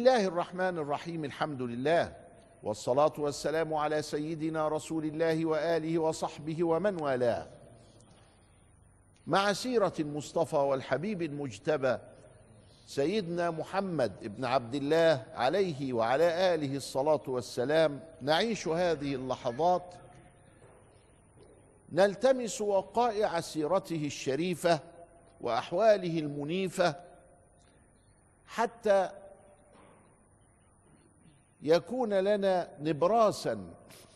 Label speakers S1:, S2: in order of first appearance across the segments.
S1: الله الرحمن الرحيم. الحمد لله والصلاة والسلام على سيدنا رسول الله وآله وصحبه ومن والاه. مع سيرة المصطفى والحبيب المجتبى سيدنا محمد بن عبد الله عليه وعلى آله الصلاة والسلام نعيش هذه اللحظات نلتمس وقائع سيرته الشريفة وأحواله المنيفة حتى يكون لنا نبراسا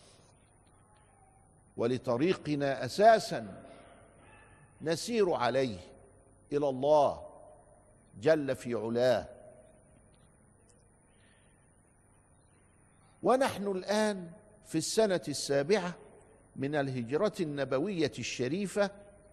S1: ولطريقنا أساسا نسير عليه إلى الله جل في علاه. ونحن الآن في السنة السابعة من الهجرة النبوية الشريفة،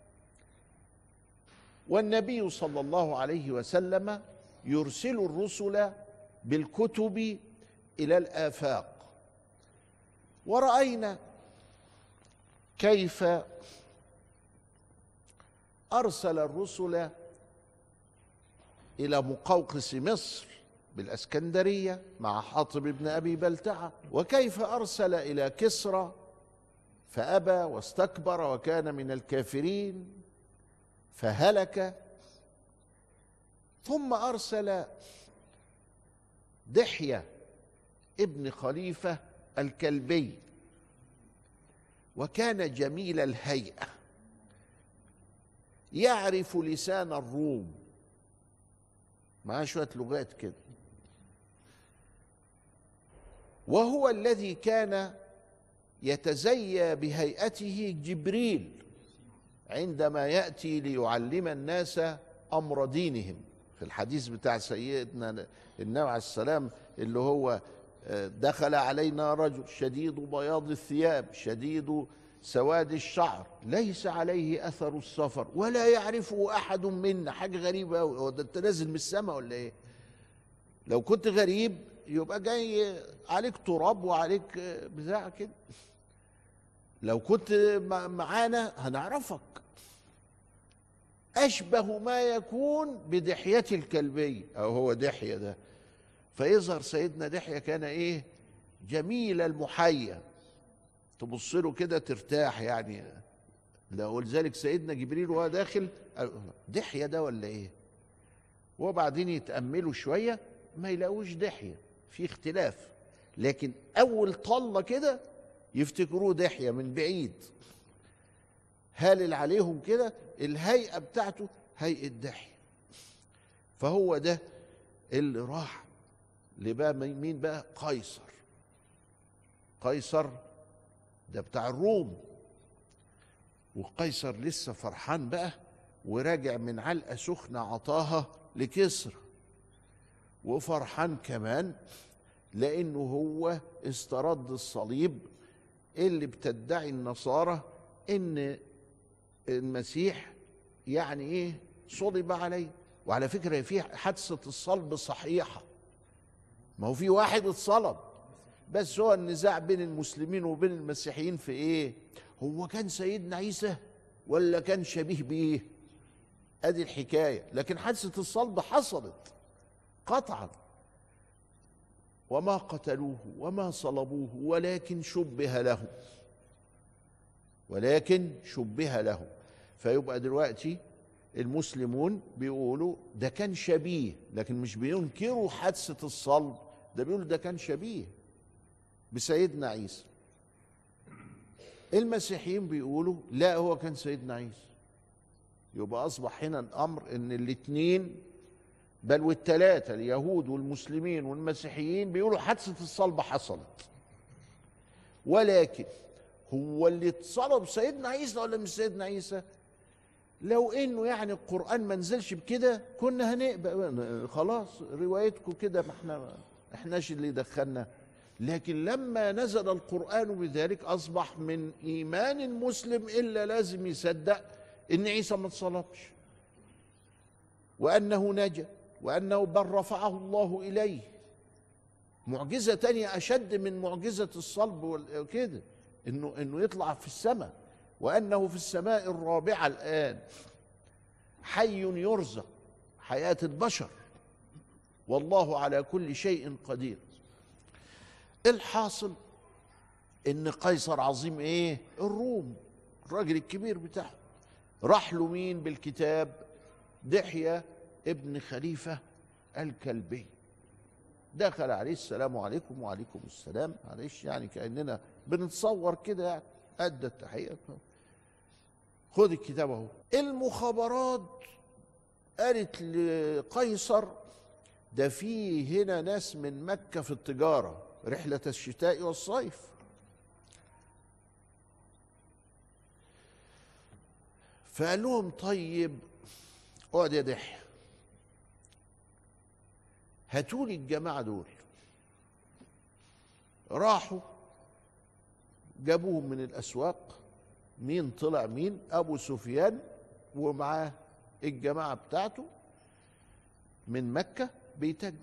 S1: والنبي صلى الله عليه وسلم يرسل الرسل بالكتب إلى الآفاق، ورأينا كيف أرسل الرسل إلى مقوقس مصر بالأسكندرية مع حاطب بن أبي بلتعة، وكيف أرسل إلى كسرى فأبى واستكبر وكان من الكافرين فهلك، ثم أرسل دحية ابن خليفة الكلبي، وكان جميل الهيئة يعرف لسان الروم، معاه شوية لغات كده، وهو الذي كان يتزيى بهيئته جبريل عندما يأتي ليعلم الناس أمر دينهم. في الحديث بتاع سيدنا النبي عليه السلام اللي هو دخل علينا رجل شديد بياض الثياب شديد سواد الشعر ليس عليه أثر السفر ولا يعرفه أحد منا. حاجة غريبة أوي، هو ده أنت نازل من السماء ولا إيه؟ لو كنت غريب يبقى جاي عليك تراب وعليك بتاع كده، لو كنت معانا هنعرفك. أشبه ما يكون بدحية الكلبي، أو هو دحية ده. فيظهر سيدنا دحية كان إيه؟ جميل المحيا، تبص له كده ترتاح يعني. ولذلك سيدنا جبريل وهو داخل دحية ده ولا إيه؟ وبعدين يتأملوا شوية ما يلاقوش دحية، في اختلاف، لكن أول طلة كده يفتكروه دحية من بعيد، هالل عليهم كده، الهيئة بتاعته هيئة دحية. فهو ده اللي راح لبقى مين بقى؟ قيصر. قيصر ده بتاع الروم، وقيصر لسه فرحان بقى وراجع من علقة سخنة عطاها لكسرى، وفرحان كمان لأنه هو استرد الصليب اللي بتدعي النصارى إن المسيح يعني إيه صلب عليه. وعلى فكرة في حادثة الصلب صحيحة، ما هو في واحد اتصلب، بس هو النزاع بين المسلمين وبين المسيحيين في إيه؟ هو كان سيدنا عيسى ولا كان شبيه بيه؟ ادي الحكاية. لكن حادثة الصلب حصلت قطعا، وما قتلوه وما صلبوه ولكن شبه له، ولكن شبه له. فيبقى دلوقتي المسلمون بيقولوا ده كان شبيه، لكن مش بينكروا حادثة الصلب، ده بيقولوا ده كان شبيه بسيدنا عيسى. المسيحيين بيقولوا لا هو كان سيدنا عيسى. يبقى أصبح هنا الأمر إن الاثنين بل والثلاثة، اليهود والمسلمين والمسيحيين، بيقولوا حادثة الصلب حصلت، ولكن هو اللي اتصلب سيدنا عيسى ولا مش سيدنا عيسى؟ لو انه يعني القرآن ما نزلش بكده كنا هنقبل خلاص روايتكم كده، ما احناش اللي دخلنا. لكن لما نزل القرآن بذلك أصبح من إيمان المسلم إلا لازم يصدق إن عيسى ما اتصلبش، وأنه نجا، وأنه بل رفعه الله إليه. معجزة تانية أشد من معجزة الصلب وكده، إنه يطلع في السماء، وأنه في السماء الرابعة الآن حي يرزق حياة البشر. والله على كل شيء قدير. الحاصل ان قيصر عظيم ايه؟ الروم، الراجل الكبير بتاعه. راح له مين بالكتاب؟ دحية ابن خليفة الكلبي. دخل عليه السلام عليكم وعليكم السلام، معلش يعني كأننا بنتصور كده يعني، أدى التحية. خد الكتاب اهو. المخابرات قالت لقيصر ده في هنا ناس من مكة في التجارة، رحلة الشتاء والصيف. فقال لهم طيب اقعد يا دحية، هاتولي الجماعة دول. راحوا جابوهم من الأسواق. مين طلع؟ مين؟ أبو سفيان ومعاه الجماعة بتاعته من مكة بيتاجروا.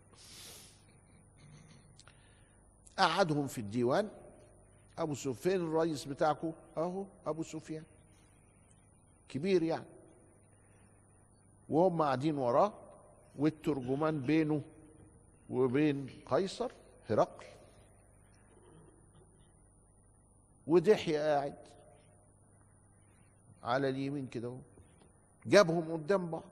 S1: قعدهم في الديوان. أبو سفيان الرئيس بتاعكم أهو، أبو سفيان كبير يعني، وهم قاعدين وراه، والترجمان بينه وبين قيصر هرقل، ودحية قاعد على اليمين كده اهو. جابهم قدام بعض.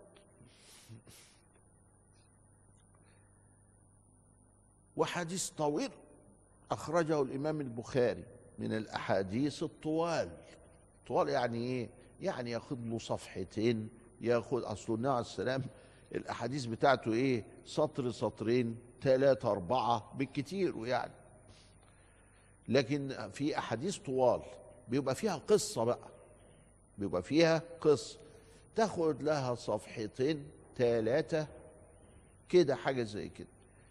S1: وحديث طويل أخرجه الإمام البخاري من الأحاديث الطوال. طوال يعني إيه؟ يعني ياخد له صفحتين، ياخد أصل النبي عليه السلام الأحاديث بتاعته إيه؟ سطر سطرين 3 4 بالكتير يعني. لكن في أحاديث طوال بيبقى فيها قصة بقى، بيبقى فيها قصة تاخد لها صفحتين 3 كده، حاجة زي كده.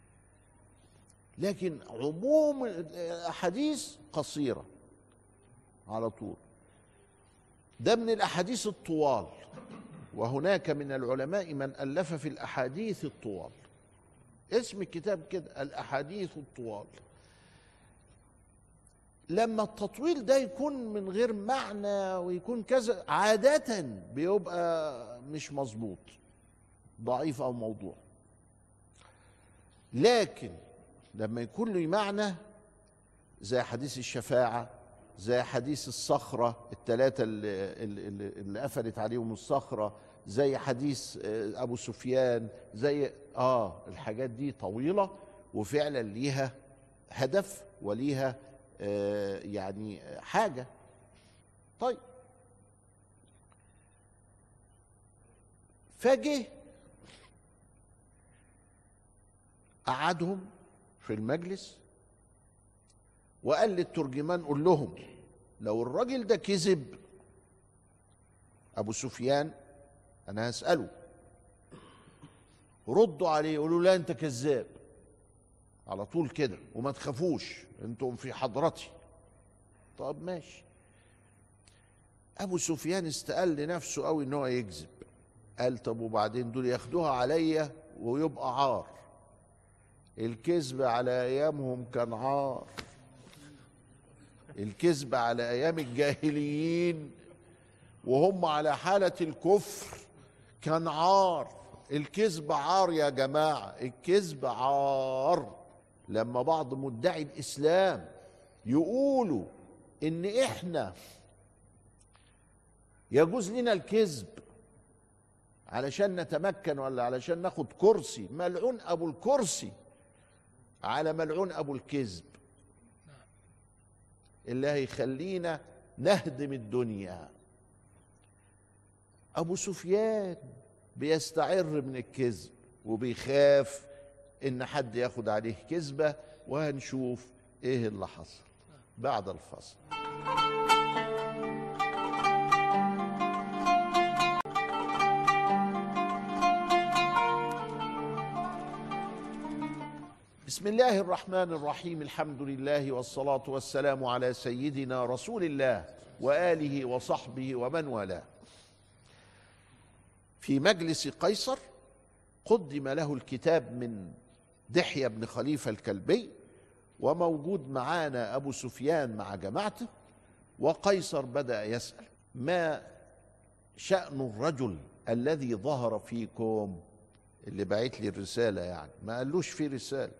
S1: لكن عموم الأحاديث قصيرة على طول. ده من الأحاديث الطوال. وهناك من العلماء من ألف في الأحاديث الطوال، اسم الكتاب كده الأحاديث الطوال. لما التطويل ده يكون من غير معنى ويكون كذا، عادة بيبقى مش مظبوط، ضعيف أو موضوع. لكن لما يكون له معنى، زي حديث الشفاعة، زي حديث الصخرة الثلاثة اللي قفلت عليهم الصخرة، زي حديث أبو سفيان، زي الحاجات دي طويلة وفعلا ليها هدف وليها يعني حاجة. طيب فجه قعدهم في المجلس وقال للترجمان قول لهم لو الراجل ده كذب أبو سفيان أنا هسأله، ردوا عليه قولوا لا أنت كذاب على طول كده، وما تخافوش أنتم في حضرتي. طب ماشي. أبو سفيان استقل لنفسه قوي إن هو يكذب. قال طب وبعدين دول ياخدوها عليا ويبقى عار. الكذب على أيامهم كان عار، الكذب على أيام الجاهليين وهم على حالة الكفر كان عار. الكذب عار يا جماعة، الكذب عار. لما بعض مدعي الإسلام يقولوا إن إحنا يجوز لنا الكذب علشان نتمكن ولا علشان ناخد كرسي، ملعون أبو الكرسي على ملعون أبو الكذب اللي هيخلينا نهدم الدنيا. أبو سفيان بيستعر من الكذب وبيخاف إن حد ياخد عليه كذبة، وهنشوف إيه اللي حصل بعد الفصل. بسم الله الرحمن الرحيم. الحمد لله والصلاة والسلام على سيدنا رسول الله وآله وصحبه ومن والاه. في مجلس قيصر قدم له الكتاب من دحية بن خليفة الكلبي، وموجود معانا أبو سفيان مع جماعته. وقيصر بدأ يسأل ما شأن الرجل الذي ظهر فيكم اللي باعت لي الرسالة يعني، ما قالوش في رسالة.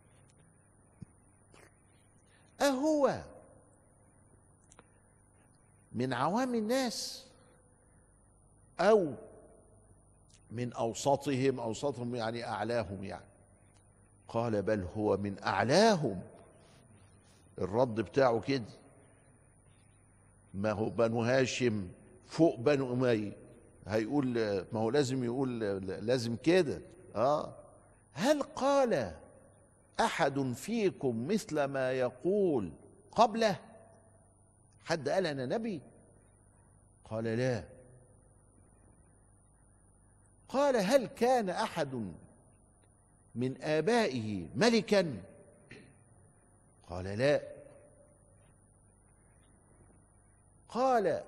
S1: أهو من عوام الناس أو من أوسطهم يعني أعلاهم يعني؟ قال بل هو من أعلاهم. الرد بتاعه كده، ما هو بنو هاشم فوق بنو أمية، هيقول ما هو لازم يقول لازم كده. هل قال أحد فيكم مثل ما يقول قبله؟ حد قال أنا نبي؟ قال لا. قال هل كان أحد من آبائه ملكا؟ قال لا. قال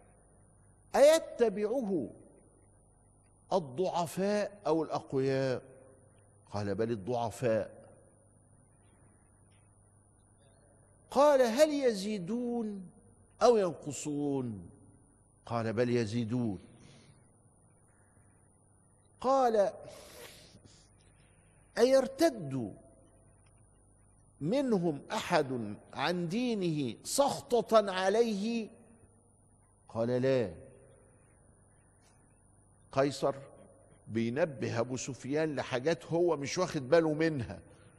S1: أيتبعه الضعفاء أو الأقوياء؟ قال بل الضعفاء. قال هل يزيدون أو ينقصون؟ قال بل يزيدون. قال أيرتد منهم أحد عن دينه سخطة عليه؟ قال لا. قيصر بينبه أبو سفيان لحاجات هو مش واخد باله منها.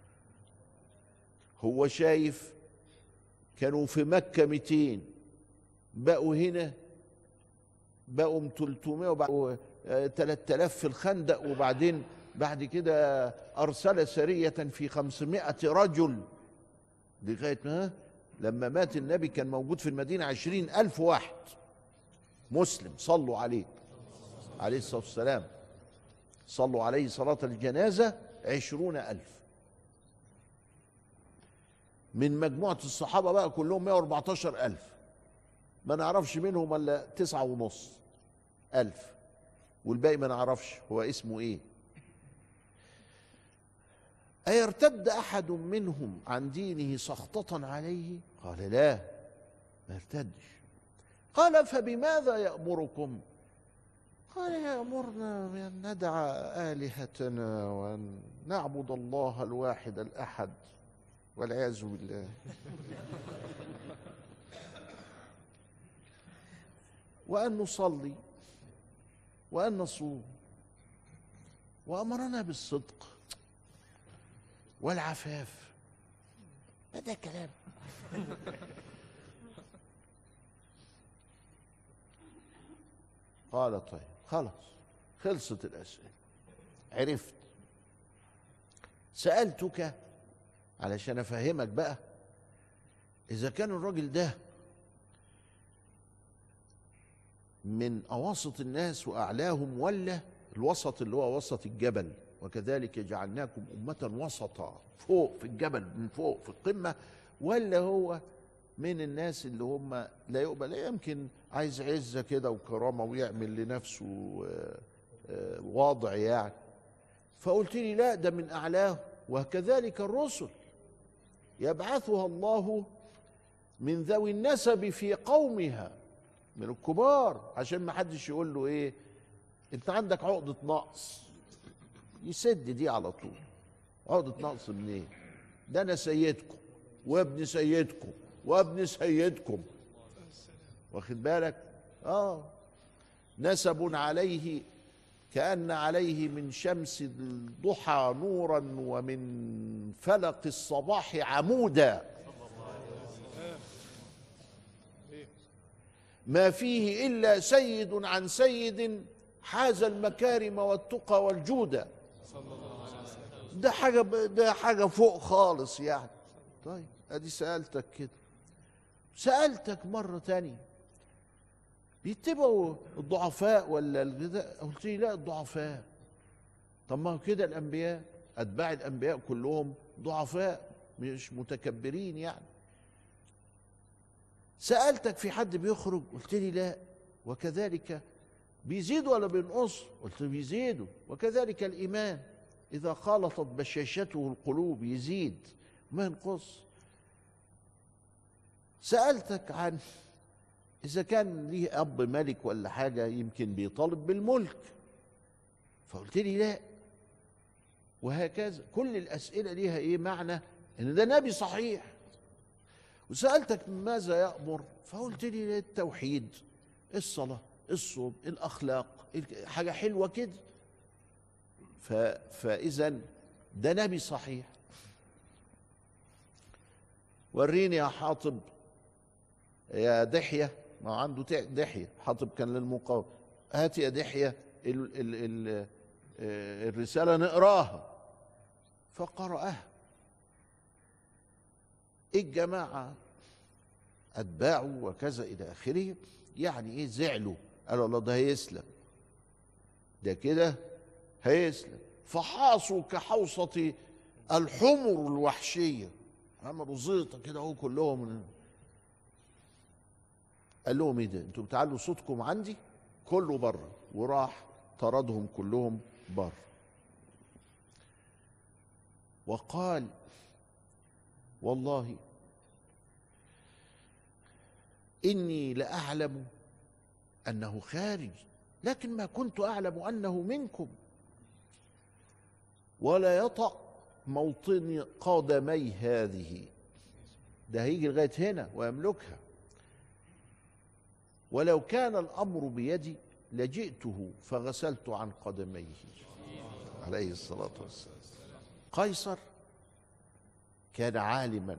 S1: هو شايف كانوا في مكة 200، بقوا هنا بقوا 300 وبقوا 3000 في الخندق، وبعدين بعد كده أرسل سرية في 500 رجل لغاية لما مات النبي كان موجود في المدينة 20,000 واحد مسلم صلوا عليه عليه الصلاة والسلام، صلوا عليه صلاة الجنازة 20,000 من مجموعة الصحابة بقى كلهم 114,000، ما نعرفش منهم الا 9,500 والباقي ما نعرفش هو اسمه ايه. أيرتد أحد منهم عن دينه سخطة عليه؟ قال لا، ما يرتدش. قال فبماذا يأمركم؟ قال يأمرنا بأن ندع آلهتنا وأن نعبد الله الواحد الأحد والعياذ بالله. وأن نصلي وأن نصوم، وأمرنا بالصدق والعفاف. ما ده كلام؟ قال طيب خلاص، خلصت الأسئلة، عرفت. سألتك علشان أفهمك بقى إذا كان الراجل ده من أواسط الناس وأعلاهم، ولا الوسط اللي هو وسط الجبل، وكذلك جعلناكم أمة وسطا فوق في الجبل من فوق في القمة، ولا هو من الناس اللي هم لا يقبل، يمكن عايز عزة كده وكرامة ويعمل لنفسه واضع يعني. فقلت لي لا، ده من أعلاه. وكذلك الرسل يبعثها الله من ذوي النسب في قومها من الكبار، عشان ما حدش يقول له ايه انت عندك عقدة نقص، يسد دي على طول. عقدة نقص منين؟ إيه؟ ده انا سيدكم وابن سيدكم وابن سيدكم، واخد بالك؟ نسب عليه كأن عليه من شمس الضحى نورا ومن فلق الصباح عمودا، ما فيه إلا سيد عن سيد حاز المكارم والتقى والجودة. ده حاجة فوق خالص يعني. طيب ادي سألتك كده. سألتك مرة تانية بيتبعوا الضعفاء ولا قلت لي لا الضعفاء. طب ما هو كده الأنبياء، أتباع الأنبياء كلهم ضعفاء مش متكبرين يعني. سألتك في حد بيخرج؟ قلت لي لا. وكذلك بيزيدوا ولا بينقصوا؟ قلت بيزيدوا. وكذلك الإيمان إذا خالطت بشاشته القلوب يزيد ما ينقص. سألتك عن إذا كان ليه أب ملك ولا حاجة يمكن بيطالب بالملك، فقلت لي لا، وهكذا كل الأسئلة ليها إيه معنى؟ إن ده نبي صحيح. وسألتك ماذا يأمر، فقلت لي التوحيد، الصلاة، الصوم، الأخلاق، حاجة حلوة كده. فإذا ده نبي صحيح. وريني يا حاطب يا دحية، ما عنده دحية، حاطب كان للمقاومة، هات يا دحية الرسالة نقراها. فقرأها. الجماعة أتباعه وكذا إلى آخره يعني إيه زعلوا، قالوا الله ده هيسلم، ده كده هيسلم. فحاصوا كحوصة الحمر الوحشية، عملوا زيطة كده اهو كلهم. قال لهم ايه ده، انتوا بتعلوا صوتكم عندي، كله بره. وراح طردهم كلهم بره. وقال والله إني لأعلم أنه خارج، لكن ما كنت أعلم أنه منكم، ولا يطأ موطن قدمي هذه، ده هيجي لغاية هنا ويملكها. ولو كان الأمر بيدي لجئته فغسلت عن قدميه عليه الصلاة والسلام. قيصر كان عالما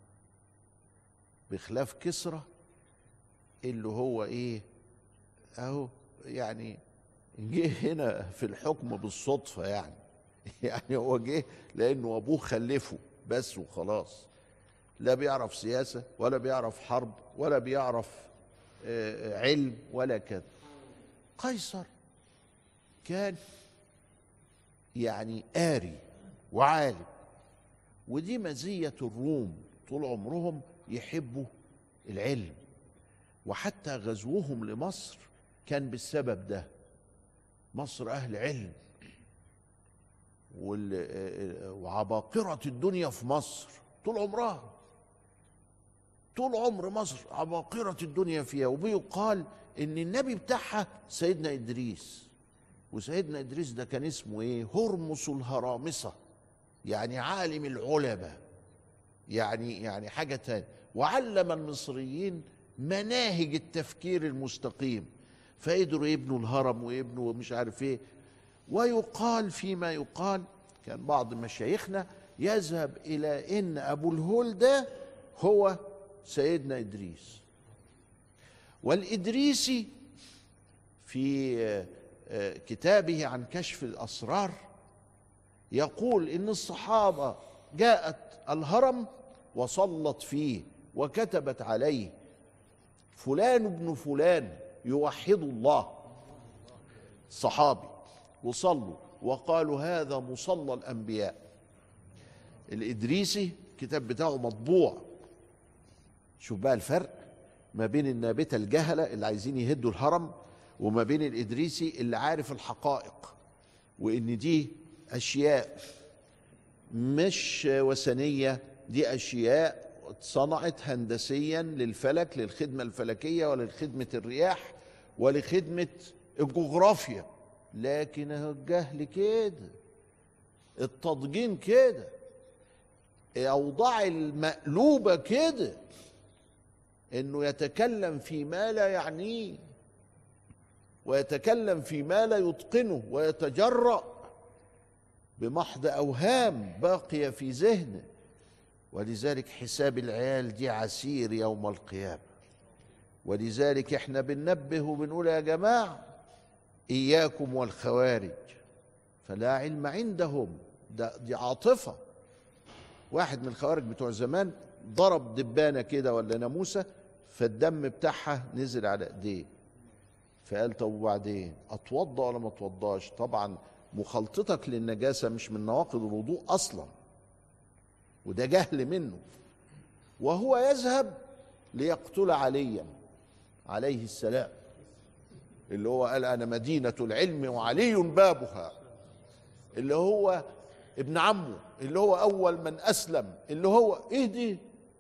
S1: بخلاف كسرى اللي هو ايه اهو يعني جه هنا في الحكم بالصدفة يعني هو جه لأنه أبوه خلفه بس وخلاص، لا بيعرف سياسة ولا بيعرف حرب ولا بيعرف علم ولا كذا. قيصر كان يعني قاري وعالم، ودي مزية الروم، طول عمرهم يحبوا العلم، وحتى غزوهم لمصر كان بالسبب ده. مصر أهل علم، وعباقرة الدنيا في مصر طول عمرها، طول عمر مصر عباقرة الدنيا فيها. وبيقال إن النبي بتاعها سيدنا إدريس، وسيدنا إدريس ده كان اسمه إيه؟ هرمس الهرامسة، يعني عالم العلماء، يعني حاجة تانية. وعلم المصريين مناهج التفكير المستقيم، فقدروا يبنوا الهرم ويبنوا مش عارف ايه. ويقال فيما يقال كان بعض مشايخنا يذهب إلى إن أبو الهول ده هو سيدنا إدريس. والإدريسي في كتابه عن كشف الأسرار يقول إن الصحابة جاءت الهرم وصلت فيه وكتبت عليه فلان ابن فلان يوحد الله، الصحابي، وصلوا وقالوا هذا مصلى الأنبياء. الإدريسي الكتاب بتاعه مطبوع. شوف بقى الفرق ما بين النابتة الجهلة اللي عايزين يهدوا الهرم، وما بين الإدريسي اللي عارف الحقائق، وإن دي أشياء مش وثنية، دي أشياء اتصنعت هندسيا للفلك، للخدمة الفلكية وللخدمة الرياح ولخدمة الجغرافيا. لكن الجهل كده، التضجين كده، الأوضاع المقلوبة كده، إنه يتكلم فيما لا يعنيه ويتكلم فيما لا يتقنه ويتجرأ بمحض أوهام باقية في ذهنه. ولذلك حساب العيال دي عسير يوم القيامة. ولذلك احنا بننبه وبنقول يا جماعة إياكم والخوارج، فلا علم عندهم، دي عاطفة. واحد من الخوارج بتوع زمان ضرب دبانة كده ولا ناموسة، فالدم بتاعها نزل على ايديه، فقال طب وبعدين اتوضى ولا ما اتوضاش؟ طبعا مخالطتك للنجاسة مش من نواقض الوضوء اصلا، وده جهل منه. وهو يذهب ليقتل عليا عليه السلام، اللي هو قال انا مدينة العلم وعلي بابها، اللي هو ابن عمه، اللي هو اول من اسلم، اللي هو ايه دي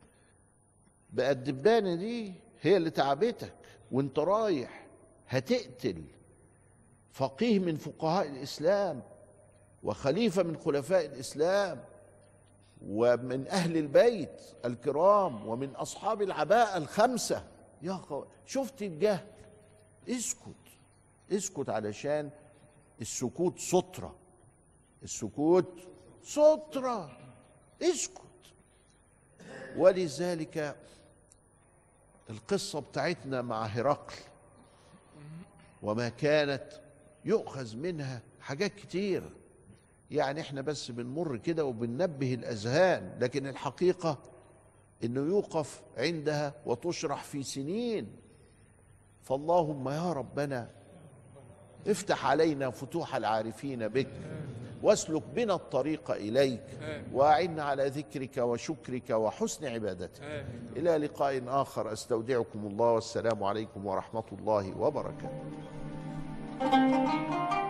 S1: بقى؟ الدبانة دي هي اللي تعبتك وانت رايح هتقتل فقيه من فقهاء الاسلام وخليفة من خلفاء الإسلام ومن أهل البيت الكرام ومن أصحاب العباءة الخمسة. شفت الجهل؟ اسكت، اسكت، علشان السكوت سترة، السكوت سترة، اسكت. ولذلك القصة بتاعتنا مع هرقل وما كانت يؤخذ منها حاجات كتير، يعني احنا بس بنمر كده وبننبه الأذهان، لكن الحقيقة انه يوقف عندها وتشرح في سنين. فاللهم يا ربنا افتح علينا فتوح العارفين بك، واسلك بنا الطريق إليك، وأعنا على ذكرك وشكرك وحسن عبادتك. إلى لقاء آخر، أستودعكم الله، والسلام عليكم ورحمة الله وبركاته.